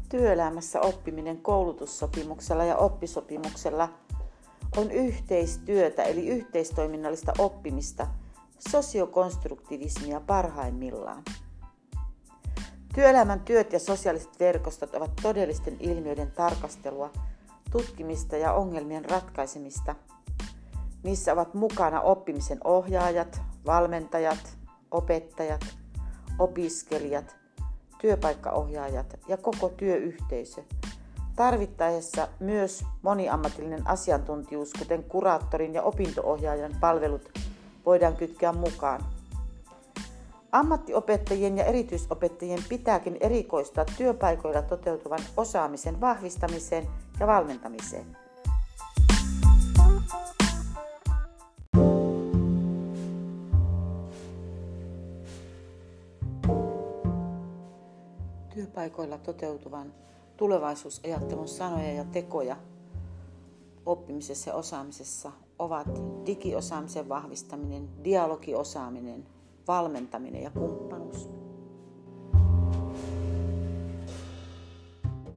Työelämässä oppiminen koulutussopimuksella ja oppisopimuksella on yhteistyötä eli yhteistoiminnallista oppimista, sosiokonstruktivismia parhaimmillaan. Työelämän työt ja sosiaaliset verkostot ovat todellisten ilmiöiden tarkastelua, tutkimista ja ongelmien ratkaisemista. Niissä ovat mukana oppimisen ohjaajat, valmentajat, opettajat, opiskelijat, työpaikkaohjaajat ja koko työyhteisö. Tarvittaessa myös moniammatillinen asiantuntijuus, kuten kuraattorin ja opinto-ohjaajan palvelut, voidaan kytkeä mukaan. Ammattiopettajien ja erityisopettajien pitääkin erikoistua työpaikoilla toteutuvan osaamisen vahvistamiseen ja valmentamiseen. Työpaikoilla toteutuvan tulevaisuusajattelun sanoja ja tekoja oppimisessa ja osaamisessa ovat digiosaamisen vahvistaminen, dialogiosaaminen, valmentaminen ja kumppanuus.